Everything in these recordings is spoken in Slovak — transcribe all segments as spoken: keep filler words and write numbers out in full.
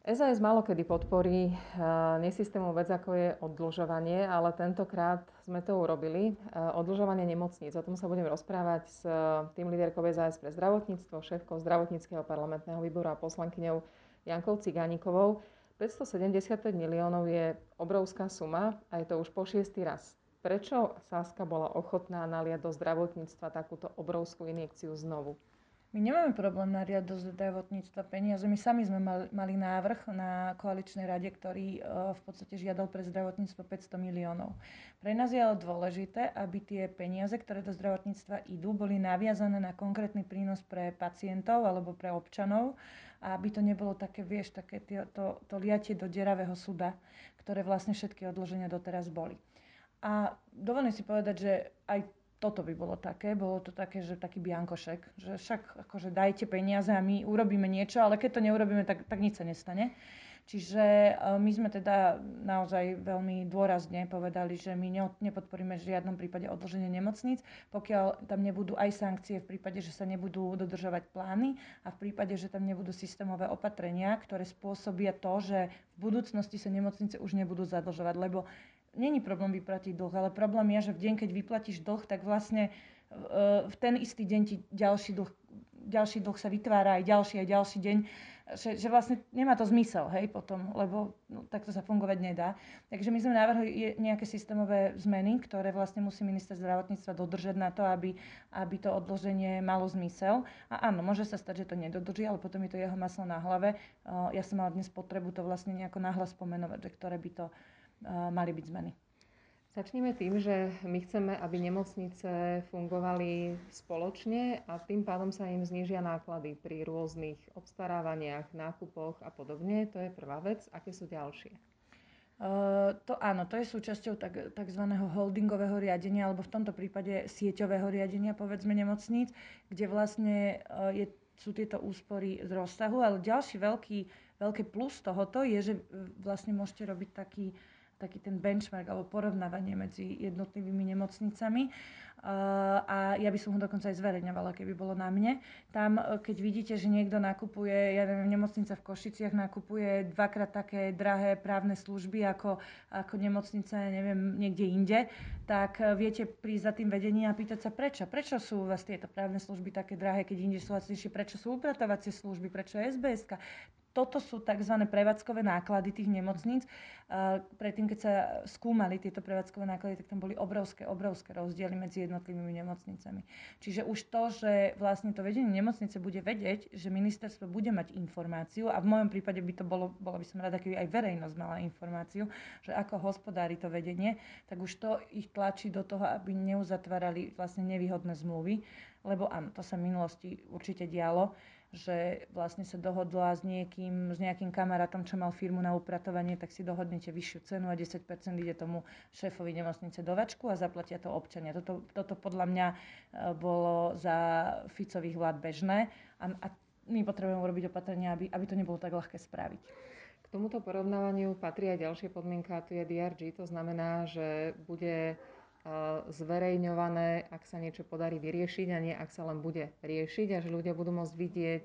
es a es málokedy podporí nesystémovú vec, ako je oddlžovanie, ale tentokrát sme to urobili. Oddlžovanie nemocníc. O tom sa budem rozprávať s tým líderkou es a es pre zdravotníctvo, šéfkou zdravotníckeho parlamentného výboru a poslankyňou Jankou Cigánikovou. päťstosedemdesiatpäť miliónov je obrovská suma a je to už po šiesty raz. Prečo Saska bola ochotná naliať do zdravotníctva takúto obrovskú injekciu znovu? My nemáme problém nariať do zdravotníctva peniaze. My sami sme mali, mali návrh na koaličnej rade, ktorý uh, v podstate žiadal pre zdravotníctvo päťsto miliónov. Pre nás je ale dôležité, aby tie peniaze, ktoré do zdravotníctva idú, boli naviazané na konkrétny prínos pre pacientov alebo pre občanov a aby to nebolo také, vieš, také to, to, to liatie do deravého suda, ktoré vlastne všetky odloženia doteraz boli. A dovolím si povedať, že aj toto by bolo také, bolo to také, že taký biankošek, že však akože dajte peniaze a my urobíme niečo, ale keď to neurobíme, tak, tak nič sa nestane. Čiže my sme teda naozaj veľmi dôrazne povedali, že my nepodporíme v žiadnom prípade odloženie nemocníc, pokiaľ tam nebudú aj sankcie v prípade, že sa nebudú dodržovať plány a v prípade, že tam nebudú systémové opatrenia, ktoré spôsobia to, že v budúcnosti sa nemocnice už nebudú zadlžovať, lebo není problém vyplatiť dlh, ale problém je, že v deň, keď vyplatíš dlh, tak vlastne v ten istý deň ti ďalší dlh, ďalší dlh sa vytvára aj ďalší, aj ďalší deň, že, že vlastne nemá to zmysel, hej, potom, lebo no, takto sa fungovať nedá. Takže my sme navrhli nejaké systémové zmeny, ktoré vlastne musí minister zdravotníctva dodržať na to, aby, aby to odloženie malo zmysel. A áno, môže sa stať, že to nedodrží, ale potom je to jeho maslo na hlave. Ja som mala dnes potrebu to vlastne nejako nahlas pomenovať, že ktoré by to mali byť zmeny. Začneme tým, že my chceme, aby nemocnice fungovali spoločne a tým pádom sa im znížia náklady pri rôznych obstarávaniach, nákupoch a podobne. To je prvá vec. Aké sú ďalšie? Uh, to áno, to je súčasťou tak, takzvaného holdingového riadenia, alebo v tomto prípade sieťového riadenia, povedzme, nemocníc, kde vlastne uh, je, sú tieto úspory z rozsahu, ale ďalší veľký, veľký plus tohoto je, že vlastne môžete robiť taký taký ten benchmark alebo porovnávanie medzi jednotlivými nemocnicami. Uh, a ja by som ho dokonca aj zverejňovala, keby bolo na mne. Tam, keď vidíte, že niekto nakupuje, ja neviem, nemocnica v Košiciach nakupuje dvakrát také drahé právne služby ako, ako nemocnica, neviem, niekde inde, tak viete prísť za tým vedením a pýtať sa prečo. Prečo sú u vás tieto právne služby také drahé, keď inde sú lacnejšie? Prečo sú upratovacie služby? Prečo je es bé eska? Toto sú tzv. Prevádzkové náklady tých nemocníc. Predtým, keď sa skúmali tieto prevádzkové náklady, tak tam boli obrovské, obrovské rozdiely medzi jednotlivými nemocnicami. Čiže už to, že vlastne to vedenie nemocnice bude vedieť, že ministerstvo bude mať informáciu, a v mojom prípade by to bolo, bola by som rada, keby aj verejnosť mala informáciu, že ako hospodári to vedenie, tak už to ich tlačí do toho, aby neuzatvárali vlastne nevýhodné zmluvy. Lebo áno, to sa v minulosti určite dialo, že vlastne sa dohodla s niekým, s nejakým kamarátom, čo mal firmu na upratovanie, tak si dohodnete vyššiu cenu a desať percent ide tomu šéfovi nemocnice do vačku a zaplatia to občania. Toto, toto podľa mňa bolo za Ficových vlád bežné a, a my potrebujeme urobiť opatrenia, aby, aby to nebolo tak ľahké spraviť. K tomuto porovnávaniu patrí aj ďalšia podmienka, tu je dé er gé, to znamená, že bude zverejňované, ak sa niečo podarí vyriešiť a nie ak sa len bude riešiť a že ľudia budú môcť vidieť,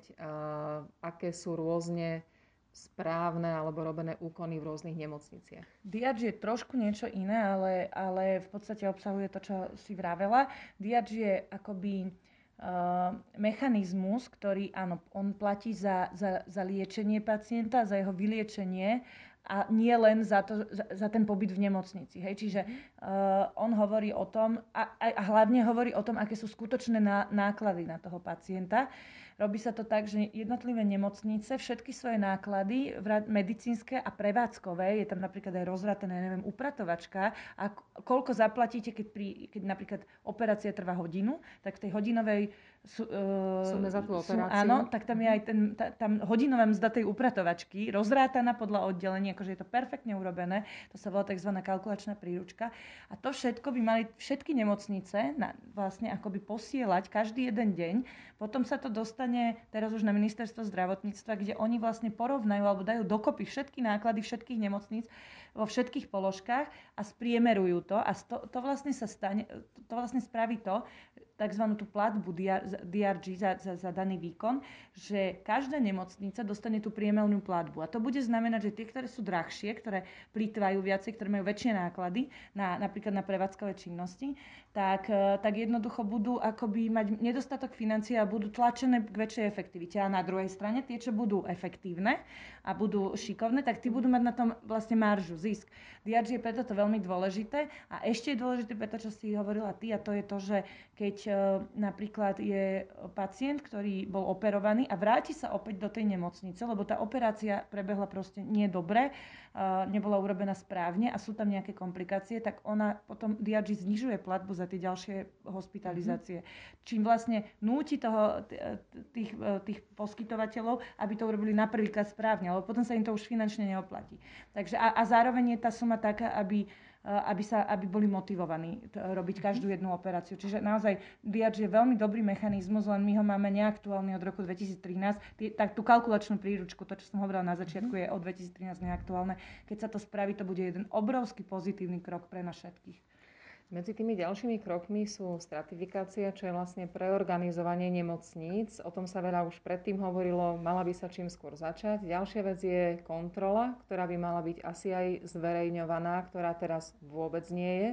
aké sú rôzne správne alebo robené úkony v rôznych nemocniciach. dé er gé je trošku niečo iné, ale, ale v podstate obsahuje to, čo si vravela. dé er gé je akoby uh, mechanizmus, ktorý, áno, on platí za, za, za liečenie pacienta, za jeho vyliečenie a nie len za, to, za, za ten pobyt v nemocnici. Hej? Čiže uh, on hovorí o tom, a, a, a hlavne hovorí o tom, aké sú skutočné ná, náklady na toho pacienta. Robí sa to tak, že jednotlivé nemocnice všetky svoje náklady medicínske a prevádzkové, je tam napríklad aj rozratené, neviem, upratovačka, a koľko zaplatíte, keď, pri, keď napríklad operácia trvá hodinu, tak v tej hodinovej sú, uh, Sume za tú operáciu. Sú, áno, tak tam je aj ten, tá, tam hodinová mzda tej upratovačky, rozrátaná podľa oddelenia, akože je to perfektne urobené, to sa volá tzv. Kalkulačná príručka. A to všetko by mali všetky nemocnice na, vlastne akoby posielať každý jeden deň. Potom sa to dostane teraz už na ministerstvo zdravotníctva, kde oni vlastne porovnajú alebo dajú dokopy všetky náklady všetkých nemocníc vo všetkých položkách a spriemerujú to. A to, to vlastne sa stane, to vlastne spraví to, tzv. Tú platbu dé er gé za, za, za daný výkon, že každá nemocnica dostane tú priemelnú platbu. A to bude znamenať, že tie, ktoré sú drahšie, ktoré plýtvajú viacej, ktoré majú väčšie náklady, na, napríklad na prevádzkové činnosti, tak, tak jednoducho budú akoby mať nedostatok financií a budú tlačené k väčšej efektivite. A na druhej strane tie, čo budú efektívne a budú šikovné, tak tí budú mať na tom vlastne maržu, zisk. dé er gé je preto to veľmi dôležité. A ešte je dôležité preto, čo si hovorila ty, a to je to, že keď e, napríklad je pacient, ktorý bol operovaný a vráti sa opäť do tej nemocnice, lebo tá operácia prebehla proste nie dobre, e, nebola urobená správne a sú tam nejaké komplikácie, tak ona potom dé er gé znižuje platbu za tie ďalšie hospitalizácie. Mm-hmm. Čím vlastne núti toho, tých, tých poskytovateľov, aby to urobili na prvýkrát správne, lebo potom sa im to už finančne neoplatí. Takže a, a zároveň je tá suma taká, aby aby, sa, aby boli motivovaní t- robiť každú jednu operáciu. Čiže naozaj dé er gé je veľmi dobrý mechanizmus, len my ho máme neaktuálny od roku dvetisíctrinásť. Tý, tak tú kalkulačnú príručku, to, čo som hovorila na začiatku, je od dvetisíctrinásť neaktuálne. Keď sa to spraví, to bude jeden obrovský pozitívny krok pre nás všetkých. Medzi tými ďalšími krokmi sú stratifikácia, čo je vlastne preorganizovanie nemocníc. O tom sa veľa už predtým hovorilo, mala by sa čím skôr začať. Ďalšia vec je kontrola, ktorá by mala byť asi aj zverejňovaná, ktorá teraz vôbec nie je.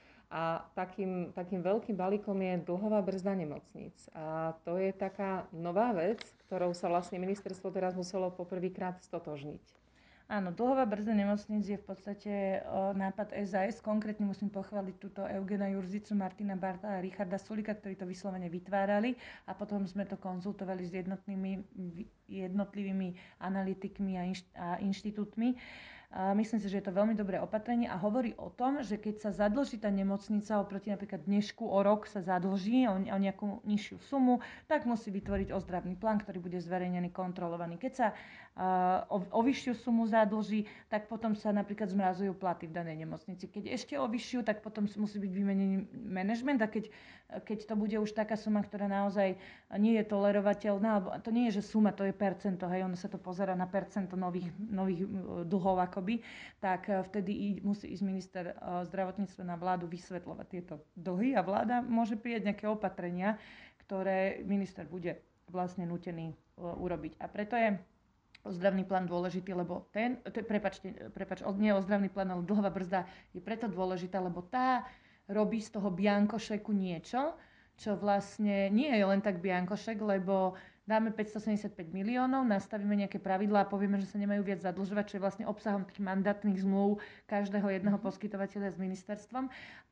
A takým, takým veľkým balíkom je dlhová brzda nemocníc. A to je taká nová vec, ktorou sa vlastne ministerstvo teraz muselo poprvýkrát stotožniť. Áno, dlhová brzda nemocníc je v podstate o, nápad es a es. Konkrétne musím pochváliť túto Eugena Jurzicu, Martina Barta a Richarda Sulika, ktorí to vyslovene vytvárali a potom sme to konzultovali s jednotnými, jednotlivými analytikmi a, inš, a inštitútmi. A myslím si, že je to veľmi dobré opatrenie a hovorí o tom, že keď sa zadlží tá nemocnica oproti napríklad dnešku o rok sa zadlží o, o nejakú nižšiu sumu, tak musí vytvoriť ozdravný plán, ktorý bude zverejnený, kontrolovaný. Keď sa uh, o, o vyššiu sumu zadlží, tak potom sa napríklad zmrazujú platy v danej nemocnici. Keď ešte o vyššiu, tak potom musí byť vymenený manažment a keď, keď to bude už taká suma, ktorá naozaj nie je tolerovateľná, alebo to nie je, že suma, to je percento, hej, ono sa to pozerá na percento nových, nových dlhov ako tak vtedy musí ísť minister zdravotníctva na vládu vysvetľovať tieto dlhy a vláda môže prijať nejaké opatrenia, ktoré minister bude vlastne nútený urobiť. A preto je ozdravný plán dôležitý, lebo ten, to, prepačte, prepač, nie ozdravný plán, ale dlhová brzda je preto dôležitá, lebo tá robí z toho biankošeku niečo, čo vlastne nie je len tak biankošek, lebo dáme päťstosedemdesiatpäť miliónov, nastavíme nejaké pravidlá a povieme, že sa nemajú viac zadlžovať, čo je vlastne obsahom tých mandátnych zmluv každého jedného poskytovateľa s ministerstvom,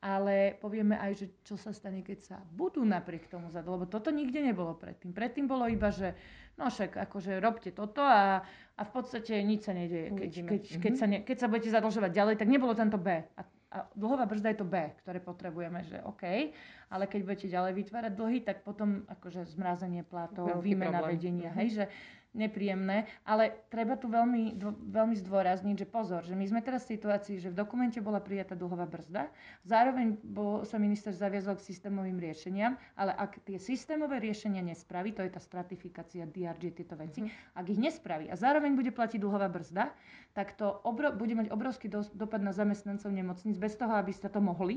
ale povieme aj, že čo sa stane, keď sa budú napriek tomu zadlžovať, lebo toto nikde nebolo predtým. Predtým bolo iba, že no však akože robte toto a, a v podstate nič sa nedieje. Keď, keď, keď, sa, ne, keď sa budete zadlžovať ďalej, tak nebolo tento B. A A dlhová brzda je to B, ktoré potrebujeme, že OK, ale keď budete ďalej vytvárať dlhy, tak potom akože zmrazenie plátov, Veľký výmena problém. vedenia, Mm-hmm. hej, že nepríjemné, ale treba tu veľmi, veľmi zdôrazniť, že pozor, že my sme teraz v situácii, že v dokumente bola prijatá dlhová brzda, zároveň bol, sa minister zaviazal k systémovým riešeniam, ale ak tie systémové riešenia nespraví, to je tá stratifikácia, dé er gé, tieto veci, mm-hmm. ak ich nespraví a zároveň bude platiť dlhová brzda, tak to obro, bude mať obrovský do, dopad na zamestnancov nemocníc bez toho, aby ste to mohli.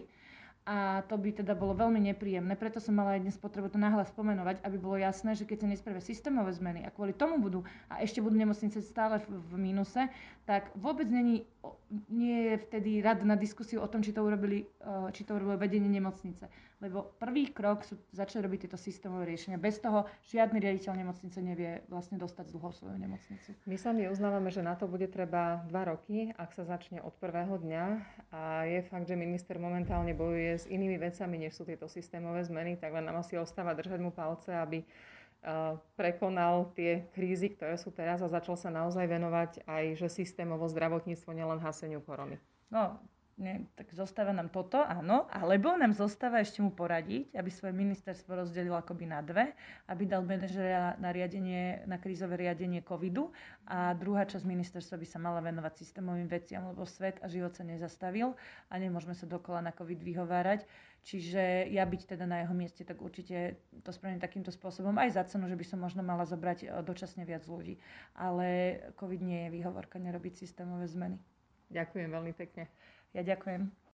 A to by teda bolo veľmi nepríjemné. Preto som mala aj dnes potrebu to nahlas spomenovať, aby bolo jasné, že keď sa nespravia systémové zmeny a kvôli tomu budú a ešte budú nemocnice stále v, v mínuse, tak vôbec není, nie je vtedy rad na diskusiu o tom, či to urobili, či to urobilo vedenie nemocnice. Lebo prvý krok sú začať robiť tieto systémové riešenia. Bez toho žiadny riaditeľ nemocnice nevie vlastne dostať z dlhov svoju nemocnicu. My sami uznávame, že na to bude treba dva roky, ak sa začne od prvého dňa. A je fakt, že minister momentálne bojuje s inými vecami, než sú tieto systémové zmeny, tak len nám asi ostáva držať mu palce, aby uh, prekonal tie krízy, ktoré sú teraz a začal sa naozaj venovať aj že systémovo zdravotníctvo, nielen haseniu korony. No, nie, tak zostáva nám toto, áno, alebo nám zostáva ešte mu poradiť, aby svoje ministerstvo rozdelil akoby na dve, aby dal manažera na riadenie, na krízové riadenie covidu a druhá časť ministerstva by sa mala venovať systémovým veciam, lebo svet a život sa nezastavil a nemôžeme sa dokola na covid vyhovárať. Čiže ja byť teda na jeho mieste, tak určite to spravím takýmto spôsobom, aj za cenu, že by som možno mala zobrať dočasne viac ľudí. Ale covid nie je výhovorka nerobiť systémové zmeny. Ďakujem veľmi pekne. Ja ďakujem.